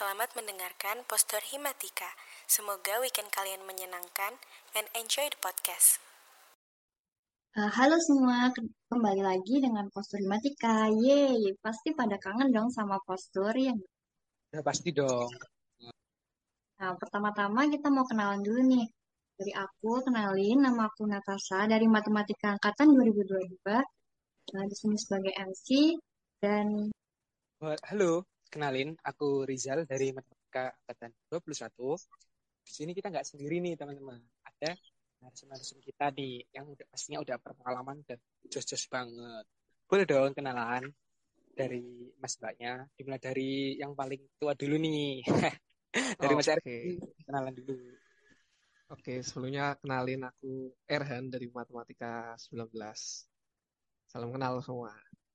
Selamat mendengarkan Postur Himatika. Semoga weekend kalian menyenangkan and enjoy the podcast. Halo semua, kembali lagi dengan Postur Himatika. Yeay, pasti pada kangen dong sama postur ya. Ya pasti dong. Nah, pertama-tama kita mau kenalan dulu nih. Dari aku, kenalin, nama aku Natasha dari Matematika Angkatan 2022. Nah, di sini sebagai MC. Dan Halo, kenalin aku Rizal dari Matematika Angkatan 21. Di sini kita nggak sendiri nih teman-teman. Ada narasumber kita nih yang pastinya udah berpengalaman dan jos-jos banget. Boleh dong kenalan dari Mas Mbaknya. Dimulai dari yang paling tua dulu nih. Dari Mas Erwin, kenalan dulu. Oke, sebelumnya kenalin aku Erhan dari Matematika 19. Salam kenal semua.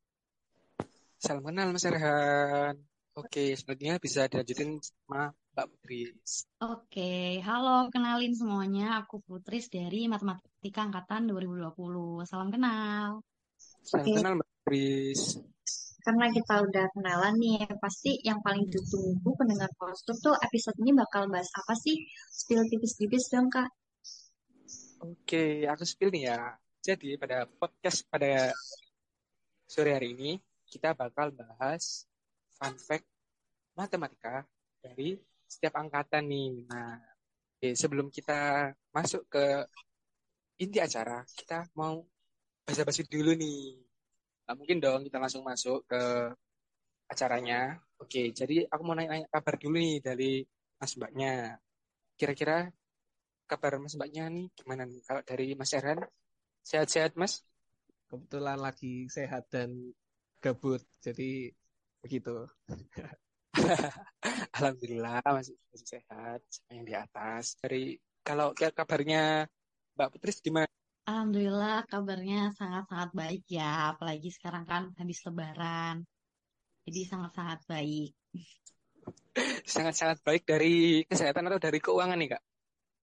Salam kenal Mas Erhan. Oke, selanjutnya bisa dilanjutin sama Mbak Putri. Oke, halo, kenalin semuanya. Aku Putris dari Matematika Angkatan 2020. Salam kenal. Salam Oke. kenal Mbak Putri. karena kita udah kenalan nih, pasti yang paling ditunggu pendengar postur tuh episode ini bakal bahas apa sih? Spill tipis-tipis dong, Kak. Oke, aku spill nih ya. Jadi pada podcast pada sore hari ini kita bakal bahas fun fact matematika dari setiap angkatan nih. Nah, sebelum kita masuk ke inti acara, kita mau basa-basi dulu nih. Nah, mungkin dong kita langsung masuk ke acaranya. Oke, jadi aku mau nanya kabar dulu nih dari Mas Mbaknya. Kira-kira kabar Mas Mbaknya nih gimana nih? Kalau dari Mas Erhan, sehat-sehat Mas? Kebetulan lagi sehat dan gabut, jadi begitu. Alhamdulillah masih sehat sama yang di atas. Dari kalau kabarnya Mbak Putri gimana? Alhamdulillah kabarnya sangat-sangat baik ya. Apalagi sekarang kan habis Lebaran. Jadi sangat-sangat baik. Sangat-sangat baik dari kesehatan atau dari keuangan nih Kak?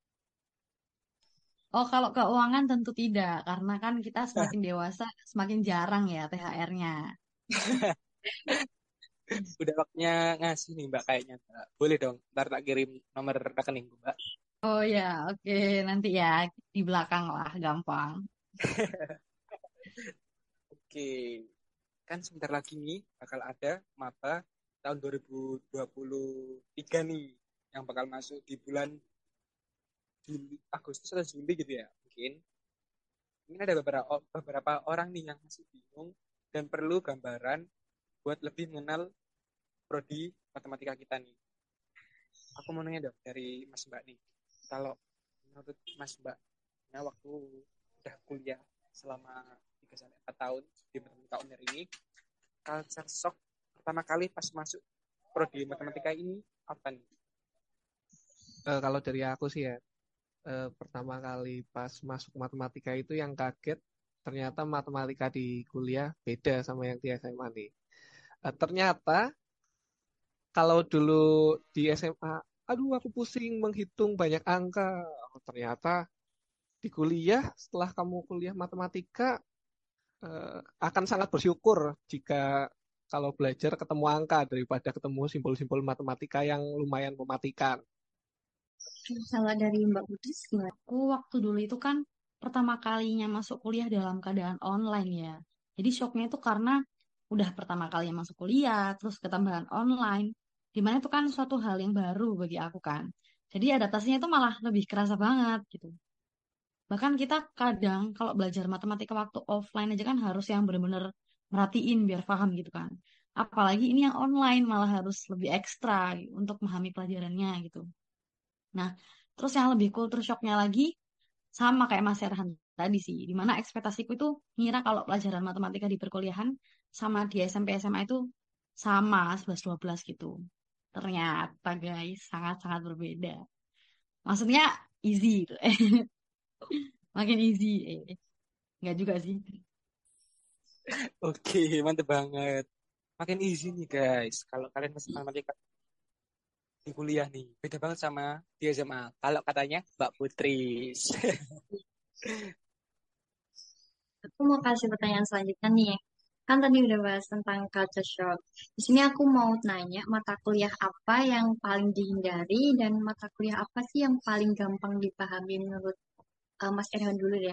Oh, kalau keuangan tentu tidak. Karena kan kita semakin dewasa, semakin jarang ya THR-nya. Udah waktunya ngasih nih Mbak kayaknya Mbak. Boleh dong, ntar tak kirim nomor rekening Mbak. Oh ya, oke. Nanti ya di belakang lah, gampang. Oke, kan sebentar lagi nih bakal ada maba tahun 2023 nih yang bakal masuk di bulan Juli, Agustus atau Juli gitu ya mungkin. Mungkin ada beberapa orang nih yang masih bingung dan perlu gambaran buat lebih mengenal prodi matematika kita nih. Aku mau nanya dong dari Mas Mbak nih. Kalau menurut Mas Mbak, waktu udah kuliah selama 3-4 tahun di matematika UNER ini, culture shock pertama kali pas masuk prodi matematika ini apa nih? Kalau dari aku sih ya, pertama kali pas masuk matematika itu yang kaget, ternyata matematika di kuliah beda sama yang di SMA nih. Ternyata kalau dulu di SMA, aduh aku pusing menghitung banyak angka. Ternyata di kuliah, setelah kamu kuliah matematika, akan sangat bersyukur jika kalau belajar ketemu angka daripada ketemu simbol-simbol matematika yang lumayan mematikan. Kalau dari Mbak Putri gimana? Aku waktu dulu itu kan pertama kalinya masuk kuliah dalam keadaan online ya. Jadi shocknya itu karena udah pertama kali masuk kuliah, terus ketambahan online, dimana itu kan suatu hal yang baru bagi aku kan. Jadi adaptasinya itu malah lebih kerasa banget gitu. Bahkan kita kadang kalau belajar matematika waktu offline aja kan harus yang bener-bener merhatiin biar paham gitu kan. Apalagi ini yang online malah harus lebih ekstra untuk memahami pelajarannya gitu. Nah, terus yang lebih culture shocknya lagi sama kayak Mas Erhan tadi sih, dimana ekspektasiku itu ngira kalau pelajaran matematika di perkuliahan sama di SMP SMA itu sama 11-12 gitu. Ternyata guys, sangat-sangat berbeda. Maksudnya easy gitu. Makin easy. Enggak juga sih. Oke, mantep banget. Makin easy nih guys. Kalau kalian masuk matematika di kuliah nih, beda banget sama di SMA. Kalau katanya Mbak Putri. Aku mau kasih pertanyaan selanjutnya nih. Kan tadi udah bahas tentang culture shock. Di sini aku mau nanya mata kuliah apa yang paling dihindari dan mata kuliah apa sih yang paling gampang dipahami menurut Mas Erhan dulu deh.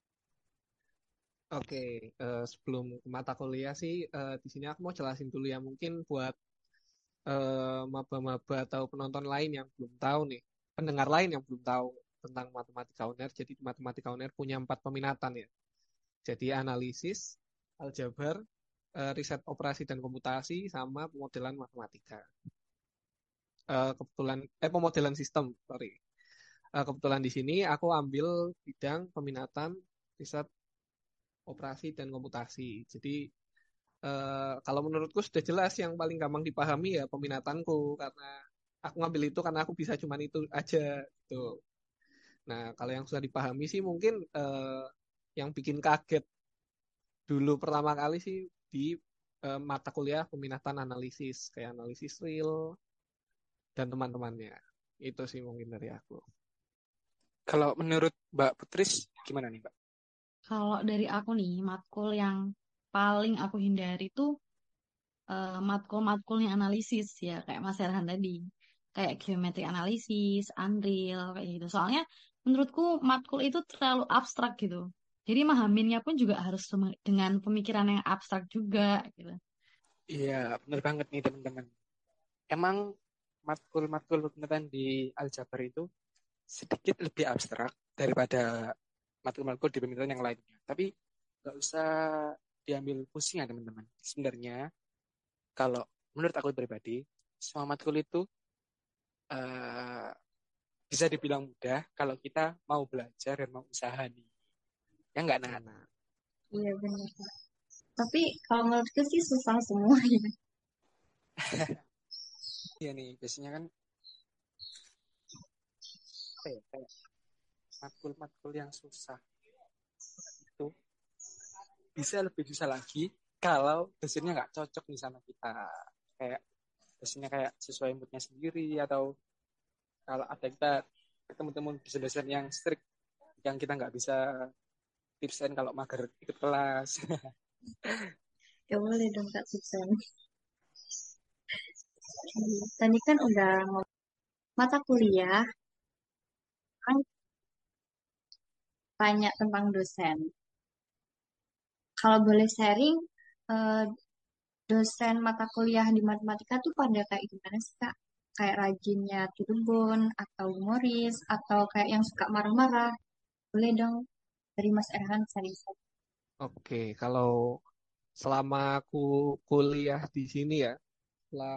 Oke, sebelum ke mata kuliah sih, di sini aku mau jelasin dulu ya. Mungkin buat maba-maba atau penonton lain yang belum tahu nih, pendengar lain yang belum tahu tentang matematika UNER. Jadi matematika UNER punya 4 peminatan ya. Jadi analisis, aljabar, riset operasi dan komputasi, sama pemodelan matematika. Pemodelan sistem, sorry. Kebetulan di sini aku ambil bidang peminatan riset operasi dan komputasi. Jadi kalau menurutku sudah jelas yang paling gampang dipahami ya peminatanku karena aku ngambil itu karena aku bisa cuman itu aja gitu. Nah, kalau yang sudah dipahami sih mungkin yang bikin kaget dulu pertama kali sih di mata kuliah peminatan analisis kayak analisis real dan teman-temannya. Itu sih mungkin dari aku. Kalau menurut Mbak Putris gimana nih, Mbak? Kalau dari aku nih, matkul yang paling aku hindari tuh matkul-matkulnya analisis ya, kayak Mas Erhan tadi. Kayak geometri analisis, Unreal, kayak gitu. Soalnya menurutku matkul itu terlalu abstrak gitu. Jadi mahaminnya pun juga harus dengan pemikiran yang abstrak juga gitu. Iya, benar banget nih teman-teman. Emang matkul-matkul peminatan di aljabar itu sedikit lebih abstrak daripada matkul-matkul di peminatan yang lainnya. Tapi nggak usah diambil pusing ya teman-teman. Sebenarnya kalau menurut aku pribadi, semua matkul itu eh, bisa dibilang mudah kalau kita mau belajar dan mau usaha nih. Ya nggak Nat? Benar. Iya benar. Tapi kalau menurutku sih susah semua ya. Iya nih, biasanya kan apa ya, kayak matkul-matkul yang susah itu bisa lebih susah lagi kalau dosennya nggak cocok nih sama kita. Kayak dosennya kayak sesuai moodnya sendiri atau kalau ada kita ketemu-temu dosen-dosen yang strict yang kita nggak bisa tipsen kalau mager ikut kelas. Ya boleh dong Kak Susan. Tadi kan udah ngomong mata kuliah, kan banyak tentang dosen. Kalau boleh sharing, eh, dosen mata kuliah di matematika tuh pada kayak gimana sih Kak? Kayak rajinnya turbun, atau humoris, atau kayak yang suka marah-marah. Boleh dong dari Mas Erhan sharing. Oke, kalau selama aku kuliah di sini ya, setelah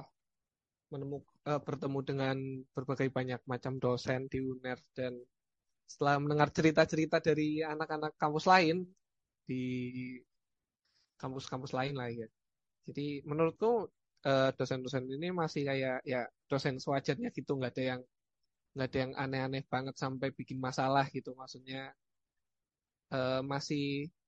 bertemu dengan berbagai banyak macam dosen di UNER dan setelah mendengar cerita-cerita dari anak-anak kampus lain di kampus-kampus lain lah ya. Jadi menurutku dosen-dosen ini masih kayak ya dosen sewajarnya gitu, nggak ada yang aneh-aneh banget sampai bikin masalah gitu. Maksudnya masih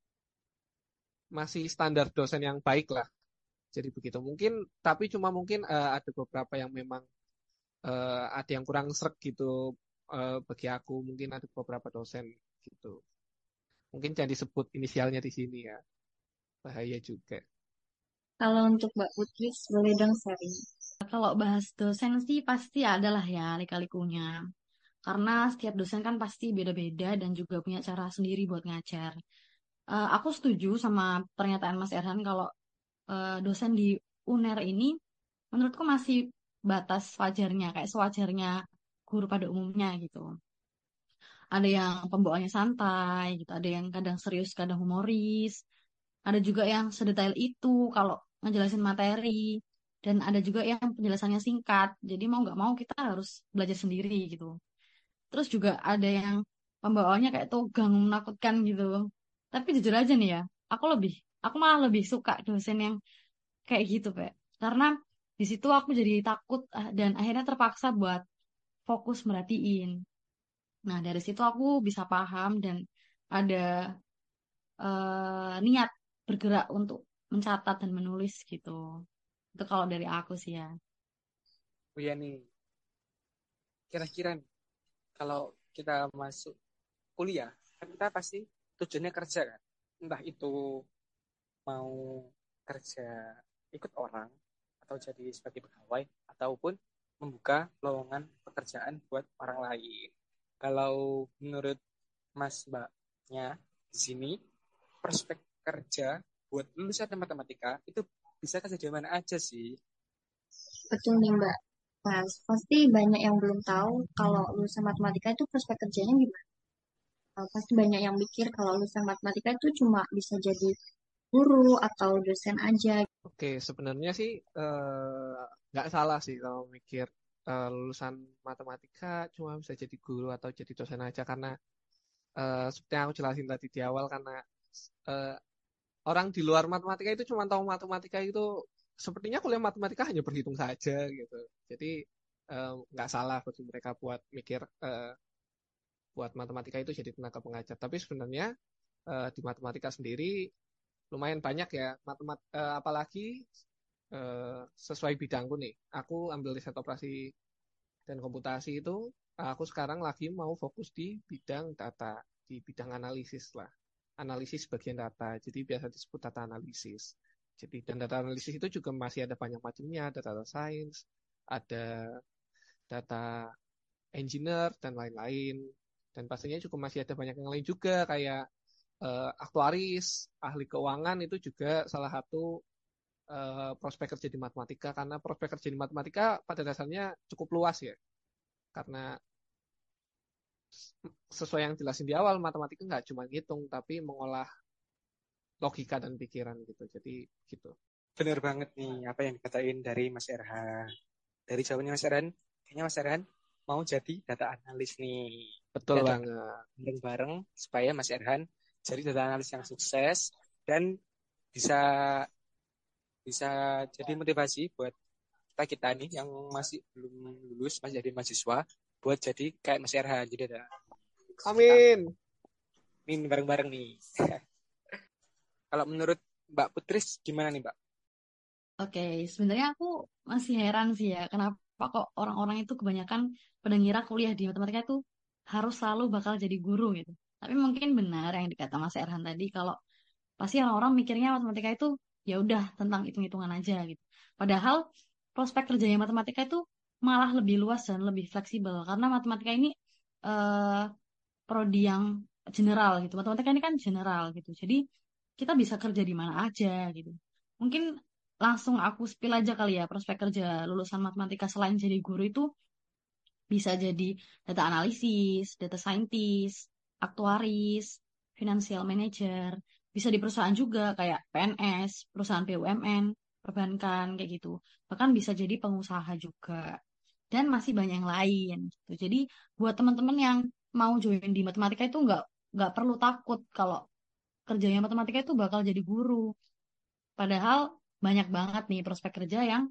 masih standar dosen yang baik lah. Jadi begitu. Mungkin tapi cuma mungkin ada beberapa yang memang ada yang kurang sreg gitu bagi aku. Mungkin ada beberapa dosen gitu. Mungkin jangan disebut inisialnya di sini ya. Bahaya juga. Kalau untuk Mbak Putri, boleh dong sharing. Kalau bahas dosen sih pasti adalah ya lika-likunya. Karena setiap dosen kan pasti beda-beda dan juga punya cara sendiri buat ngajar. Aku setuju sama pernyataan Mas Erhan kalau dosen di UNER ini menurutku masih batas wajarnya, kayak sewajarnya guru pada umumnya gitu. Ada yang pembawaannya santai gitu, ada yang kadang serius, kadang humoris, ada juga yang sedetail itu kalau ngejelasin materi, dan ada juga yang penjelasannya singkat. Jadi mau nggak mau kita harus belajar sendiri gitu. Terus juga ada yang pembawaannya kayak togang menakutkan gitu. Tapi jujur aja nih ya, aku malah lebih suka dosen yang kayak gitu, Pak. Karena di situ aku jadi takut dan akhirnya terpaksa buat fokus merhatiin. Nah, dari situ aku bisa paham dan ada niat bergerak untuk mencatat dan menulis gitu. Itu kalau dari aku sih ya. Oh ya nih, kira-kira nih, kalau kita masuk kuliah, kan kita pasti tujuannya kerja kan. Entah itu mau kerja ikut orang atau jadi sebagai pegawai ataupun membuka lowongan pekerjaan buat orang lain. Kalau menurut Mas Mbaknya di sini prospek kerja buat lulusan matematika itu bisa kerja di mana aja sih? Betul nih Mbak. Mas, pasti banyak yang belum tahu kalau lulusan matematika itu prospek kerjanya gimana. Pasti banyak yang mikir kalau lulusan matematika itu cuma bisa jadi guru atau dosen aja. Oke, sebenarnya sih nggak salah sih kalau mikir lulusan matematika cuma bisa jadi guru atau jadi dosen aja karena seperti yang aku jelasin tadi di awal karena eh, orang di luar matematika itu cuma tahu matematika itu sepertinya kuliah matematika hanya berhitung saja gitu. Jadi nggak salah bagi mereka buat mikir buat matematika itu jadi tenaga pengajar. Tapi sebenarnya di matematika sendiri lumayan banyak ya apalagi sesuai bidangku nih. Aku ambil riset operasi dan komputasi itu aku sekarang lagi mau fokus di bidang data, di bidang analisis lah. Analisis bagian data. Jadi biasa disebut data analisis. Jadi dan data analisis itu juga masih ada banyak macamnya, ada data science, ada data engineer dan lain-lain. Dan pastinya juga masih ada banyak yang lain juga kayak aktuaris, ahli keuangan itu juga salah satu prospek kerja di matematika karena prospek kerja di matematika pada dasarnya cukup luas ya. Karena sesuai yang jelasin di awal matematika nggak cuma ngitung tapi mengolah logika dan pikiran gitu. Jadi gitu. Bener banget nih apa yang dikatain dari Mas Erhan. Dari jawabannya Mas Erhan, kayaknya Mas Erhan mau jadi data analis nih. Betul Kita banget. bareng-bareng supaya Mas Erhan jadi data analis yang sukses dan bisa bisa jadi motivasi buat kita nih yang masih belum lulus, masih jadi mahasiswa, buat jadi kayak Mas Erhan. Jadi ada Amin. ini bareng-bareng nih. Kalau menurut Mbak Putris gimana nih Mbak? Oke, sebenarnya aku masih heran sih ya, kenapa kok orang-orang itu kebanyakan pada ngira kuliah di matematika itu harus selalu bakal jadi guru gitu. Tapi mungkin benar yang dikata Mas Erhan tadi, kalau pasti orang-orang mikirnya matematika itu ya udah tentang hitung-hitungan aja gitu. Padahal prospek kerjanya matematika itu malah lebih luas dan lebih fleksibel karena matematika ini eh, prodi yang general gitu. Matematika ini kan general gitu. Jadi kita bisa kerja di mana aja gitu. Mungkin langsung aku spill aja kali ya prospek kerja lulusan matematika selain jadi guru itu bisa jadi data analisis, data scientist, aktuaris, financial manager, bisa di perusahaan juga kayak PNS, perusahaan BUMN, perbankan kayak gitu. Bahkan bisa jadi pengusaha juga. Dan masih banyak yang lain gitu. Jadi buat teman-teman yang mau join di matematika itu nggak perlu takut kalau kerjanya matematika itu bakal jadi guru. Padahal banyak banget nih prospek kerja yang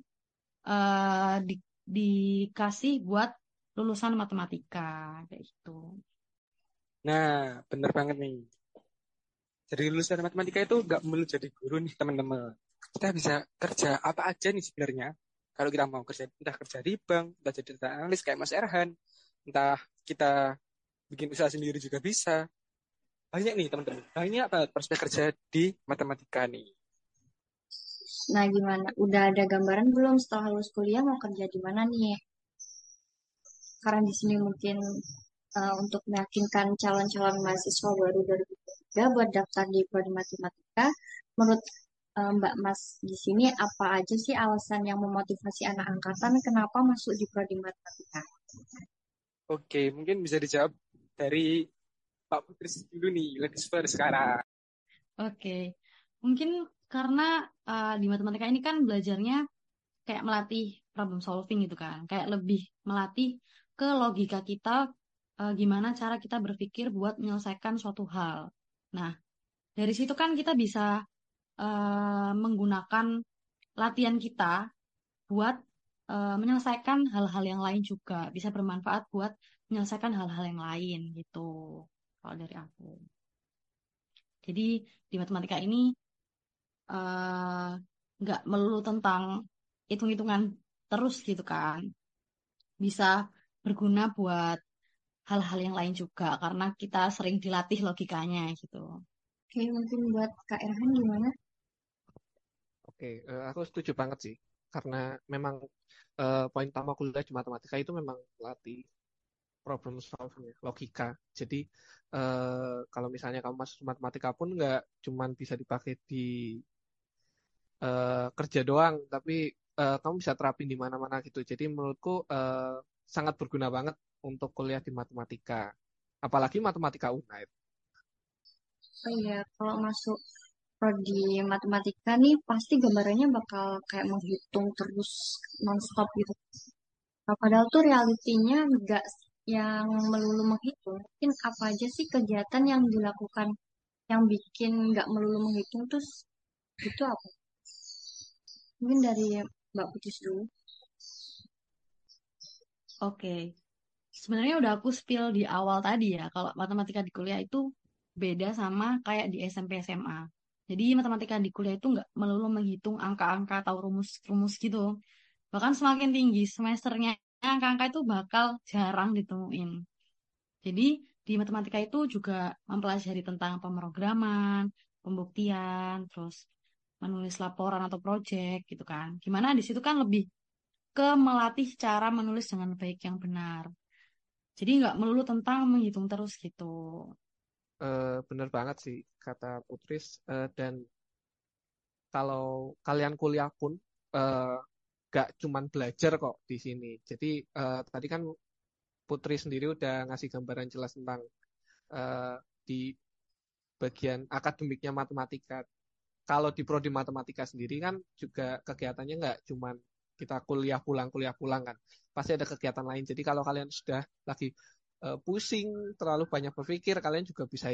dikasih buat lulusan matematika kayak gitu. Nah, bener banget nih. Jadi lulusan matematika itu nggak perlu jadi guru nih teman-teman. Kita bisa kerja apa aja nih sebenarnya. Kalau kita mau kerja, entah kerja di bank, entah jadi data analis kayak Mas Erhan, entah kita bikin usaha sendiri juga bisa. Banyak nih teman-teman. Banyak banget prospek kerja di matematika nih. Nah, gimana? Udah ada gambaran belum setelah lulus kuliah mau kerja di mana nih? Karena di sini mungkin untuk meyakinkan calon-calon mahasiswa baru 2023 buat daftar di prodi matematika. Menurut Mbak Mas di sini apa aja sih alasan yang memotivasi anak angkatan kenapa masuk di prodi matematika? Oke, mungkin bisa dijawab dari Pak Putri dulu nih, ladies first sekarang. Oke, mungkin karena di matematika ini kan belajarnya kayak melatih problem solving gitu kan, kayak lebih melatih ke logika kita, gimana cara kita berpikir buat menyelesaikan suatu hal. Nah, dari situ kan kita bisa menggunakan latihan kita buat menyelesaikan hal-hal yang lain juga, bisa bermanfaat buat menyelesaikan hal-hal yang lain gitu. Kalau dari aku. Jadi di matematika ini eh, nggak melulu tentang hitung-hitungan terus gitu kan. Bisa berguna buat hal-hal yang lain juga karena kita sering dilatih logikanya gitu. Oke, mungkin buat Kak Erhan gimana? Oke, aku setuju banget sih. Karena memang poin utama kuliah di matematika itu memang latih problem solving, logika. Jadi kalau misalnya kamu masuk matematika pun nggak cuman bisa dipakai di kerja doang, tapi kamu bisa terapin di mana-mana gitu. Jadi menurutku sangat berguna banget untuk kuliah di matematika. Apalagi matematika UNAID. Oh iya, kalau masuk prodi matematika nih pasti gambarannya bakal kayak menghitung terus nonstop gitu. Nah, padahal tuh realitinya nggak yang melulu menghitung. Mungkin apa aja sih kegiatan yang dilakukan yang bikin nggak melulu menghitung terus itu apa? Mungkin dari Mbak Putus dulu. Oke, sebenarnya udah aku spill di awal tadi ya, kalau matematika di kuliah itu beda sama kayak di SMP SMA. Jadi matematika di kuliah itu nggak melulu menghitung angka-angka atau rumus-rumus gitu. Bahkan semakin tinggi semesternya, angka-angka itu bakal jarang ditemuin. Jadi di matematika itu juga mempelajari tentang pemrograman, pembuktian, terus menulis laporan atau project gitu kan. Gimana di situ kan lebih ke melatih cara menulis dengan baik yang benar. Jadi nggak melulu tentang menghitung terus gitu. Bener banget sih kata Putris. Dan kalau kalian kuliah pun eh, gak cuman belajar kok di sini. Jadi tadi kan Putri sendiri udah ngasih gambaran jelas tentang eh, di bagian akademiknya matematika. Kalau di prodi matematika sendiri kan juga kegiatannya nggak cuman kita kuliah pulang kan. Pasti ada kegiatan lain. Jadi kalau kalian sudah lagi pusing, terlalu banyak berpikir, kalian juga bisa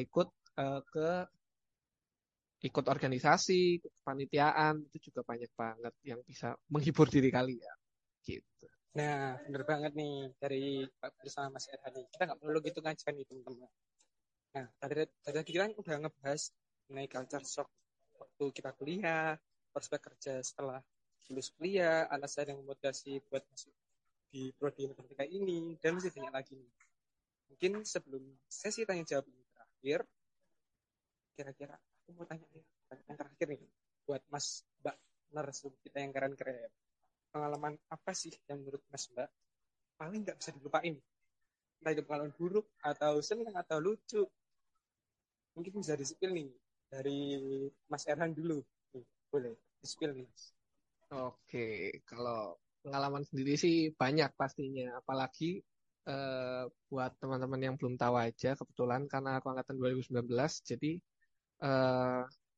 ikut organisasi, ikut kepanitiaan, itu juga banyak banget yang bisa menghibur diri kalian. Gitu. Nah, bener banget nih dari Pak bersama Mas Erhan nih. Kita nggak perlu gitu ngajar nih teman-teman. Nah, tadi kita kan udah ngebahas mengenai culture shock waktu kita kuliah, prospek kerja setelah lulus kuliah, alasan yang memotivasi buat masuk di prodi matematika ini, dan masih banyak lagi nih. Mungkin sebelum sesi tanya jawab ini terakhir, kira-kira aku mau tanya nih, yang terakhir nih, buat Mas Mbak narasumber kita yang keren-keren. Pengalaman apa sih yang menurut Mas Mbak paling nggak bisa dilupain? Entah itu pengalaman buruk, atau senang, atau lucu. Mungkin bisa di-spill nih, dari Mas Erhan dulu. Nih, boleh di-spill nih, Mas. Oke, kalau pengalaman sendiri sih banyak pastinya, apalagi buat teman-teman yang belum tahu aja, kebetulan karena aku angkatan 2019, jadi eh,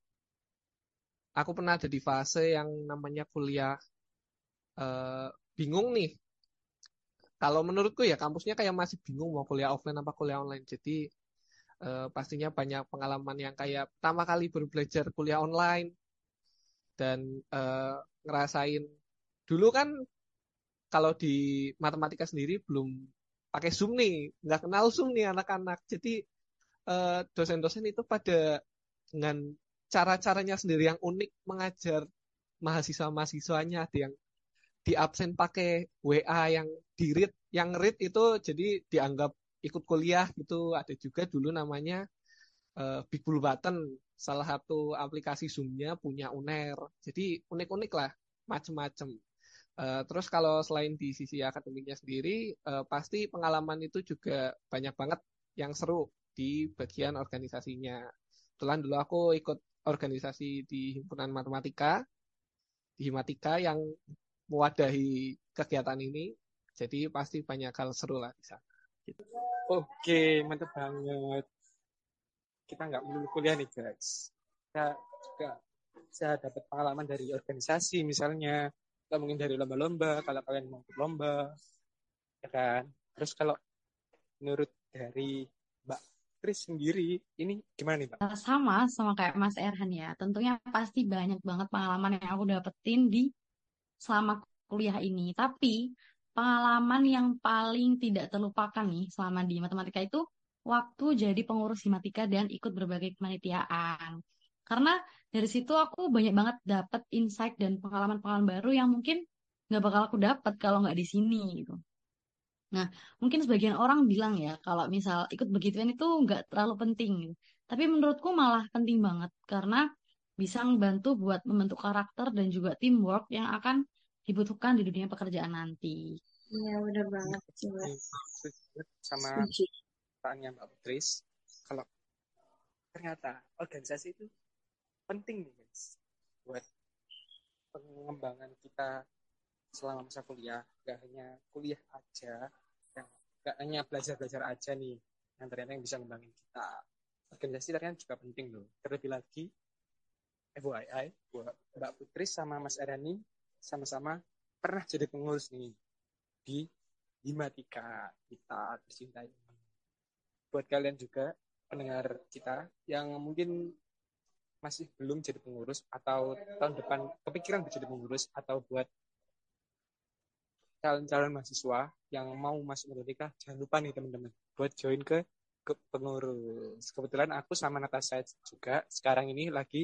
aku pernah ada di fase yang namanya kuliah bingung nih. Kalau menurutku ya kampusnya kayak masih bingung mau kuliah offline apa kuliah online. Jadi pastinya banyak pengalaman yang kayak pertama kali baru belajar kuliah online dan ngerasain dulu kan kalau di matematika sendiri belum pakai Zoom nih, nggak kenal Zoom nih anak-anak. Jadi dosen-dosen itu pada dengan cara-caranya sendiri yang unik mengajar mahasiswa-mahasiswanya. Ada yang di absen pakai WA yang di read, yang read itu jadi dianggap ikut kuliah gitu. Ada juga dulu namanya Big Blue Button, salah satu aplikasi Zoom-nya punya UNER. Jadi unik-unik lah, macem-macem. Terus kalau selain di sisi akademiknya sendiri, pasti pengalaman itu juga banyak banget yang seru di bagian organisasinya. Kebetulan dulu aku ikut organisasi di himpunan matematika, di Himatika yang mewadahi kegiatan ini. Jadi pasti banyak hal seru lah di sana. Gitu. Oke, mantap banget. Kita nggak melulu kuliah nih, guys. Kita juga bisa dapat pengalaman dari organisasi, misalnya. Atau mungkin dari lomba-lomba, kalau kalian mau ikut lomba. Ya kan? Terus kalau menurut dari Mbak Kris sendiri, ini gimana nih, Mbak? Sama kayak Mas Erhan ya. Tentunya pasti banyak banget pengalaman yang aku dapetin di selama kuliah ini. Tapi pengalaman yang paling tidak terlupakan nih selama di matematika itu waktu jadi pengurus himatika dan ikut berbagai kepanitiaan. Karena dari situ aku banyak banget dapet insight dan pengalaman-pengalaman baru yang mungkin nggak bakal aku dapat kalau nggak di sini gitu. Nah, mungkin sebagian orang bilang ya kalau misal ikut begituan itu nggak terlalu penting gitu. Tapi menurutku malah penting banget karena bisa membantu buat membentuk karakter dan juga teamwork yang akan dibutuhkan di dunia pekerjaan nanti. Iya, udah banget sih, Mbak. Setuju sama Setuju. pertanyaannya Mbak Putris. Kalau ternyata organisasi itu penting nih guys buat pengembangan kita selama masa kuliah. Gak hanya kuliah aja, gak hanya belajar-belajar aja nih yang ternyata yang bisa ngembangin kita. Organisasi ternyata juga penting loh. Terlebih lagi FYI buat Mbak Putri sama Mas Arani sama-sama pernah jadi pengurus nih di Himatika kita tercinta ini. Buat kalian juga pendengar kita yang mungkin masih belum jadi pengurus atau tahun depan kepikiran jadi pengurus, atau buat calon-calon mahasiswa yang mau masuk Himatika, jangan lupa nih teman-teman buat join ke pengurus. Kebetulan aku sama Natasha juga sekarang ini lagi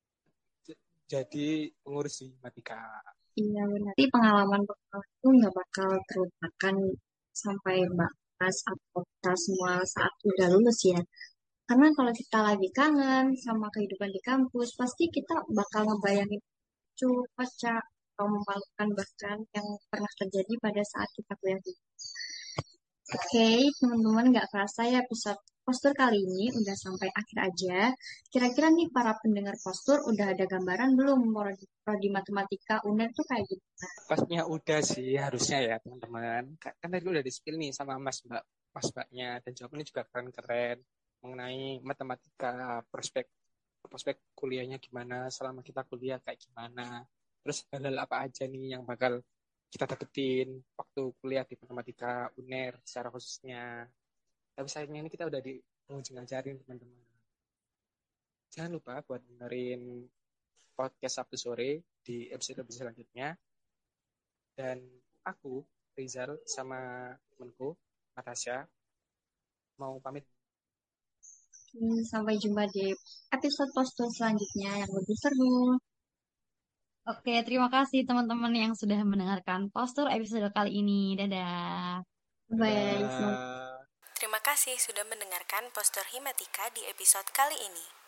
jadi pengurus di Himatika. Iya, benar. Tapi pengalaman itu nggak bakal terlupakan sampai batas atau kita semua saat udah lulus ya. Karena kalau kita lagi kangen sama kehidupan di kampus, pasti kita bakal ngebayangin cuaca atau memalukan bahkan yang pernah terjadi pada saat kita kuliah di. Oke, teman-teman, nggak kerasa ya episode postur kali ini udah sampai akhir aja. Kira-kira nih para pendengar postur udah ada gambaran belum prodi matematika UNER tuh kayak gitu? Pastinya udah sih harusnya ya teman-teman. Kan tadi udah di-spill nih sama Mas Mbaknya, dan jawabannya juga keren-keren mengenai matematika, prospek prospek kuliahnya gimana, selama kita kuliah kayak gimana. Terus hal-hal apa aja nih yang bakal kita dapetin waktu kuliah di matematika UNER secara khususnya. Tapi sayangnya ini kita udah di penghujung ajarin teman-teman. Jangan lupa buat dengerin podcast Sabtu sore di episode selanjutnya. Dan aku, Rizal, sama temanku, Natasha, mau pamit. Sampai jumpa di episode postur selanjutnya yang lebih seru. Oke, terima kasih teman-teman yang sudah mendengarkan postur episode kali ini. Dadah. Bye. Dadah. Terima kasih sudah mendengarkan Postur Himatika di episode kali ini.